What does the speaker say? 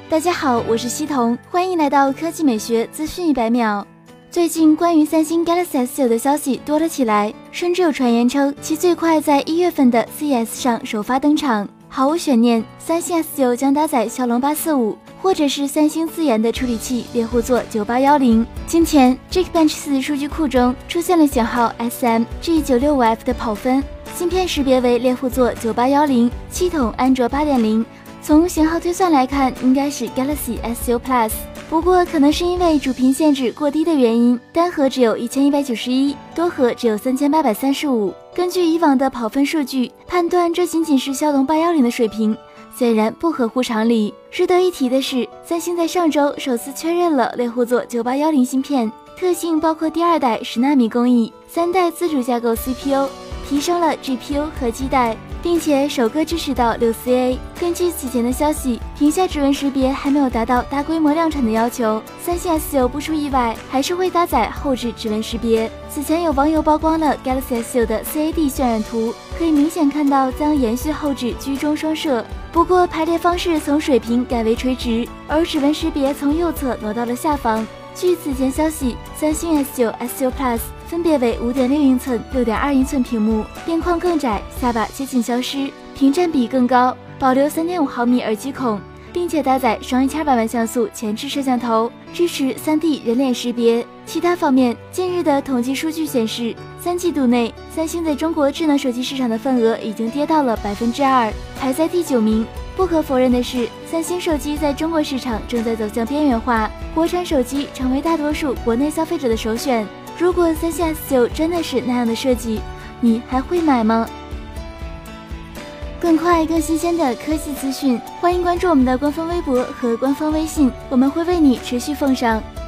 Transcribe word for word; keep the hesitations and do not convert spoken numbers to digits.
大家好，我是西彤，欢迎来到科技美学资讯一百秒。最近关于三星 Galaxy S 九的消息多了起来，甚至有传言称其最快在一月份的 C E S 上首发登场。毫无悬念，三星 S 九将搭载骁龙八四五，或者是三星自研的处理器猎户座九八一零。今天 Geekbench 四数据库中出现了型号 S M G 九六五 F 的跑分，芯片识别为猎户座九八一零，系统安卓 八点零。从型号推算来看，应该是 Galaxy S 九 Plus， 不过可能是因为主频限制过低的原因，单核只有一千一百九十一，多核只有三千八百三十五。根据以往的跑分数据判断，这仅仅是骁龙八一零的水平，显然不合乎常理。值得一提的是，三星在上周首次确认了猎户座九八一零芯片，特性包括第二代十纳米工艺，三代自主架构 C P U， 提升了 G P U 和基带，并且首个支持到 六 C A。 根据此前的消息，屏下指纹识别还没有达到大规模量产的要求，三星 S 九不出意外还是会搭载后置指纹识别。此前有网友曝光了 Galaxy S 九的 C A D 渲染图，可以明显看到将延续后置居中双摄，不过排列方式从水平改为垂直，而指纹识别从右侧挪到了下方。据此前消息，三星 S 九、S 九 Plus 分别为 五点六英寸、六点二英寸屏幕，边框更窄，下巴接近消失，屏占比更高，保留 三点五毫米耳机孔，并且搭载双一千二百万像素前置摄像头，支持 三 D 人脸识别。其他方面，近日的统计数据显示，三季度内三星在中国智能手机市场的份额已经跌到了百分之二，排在第九名。不可否认的是，三星手机在中国市场正在走向边缘化，国产手机成为大多数国内消费者的首选。如果三星 S 九真的是那样的设计，你还会买吗？更快更新鲜的科技资讯，欢迎关注我们的官方微博和官方微信，我们会为你持续奉上。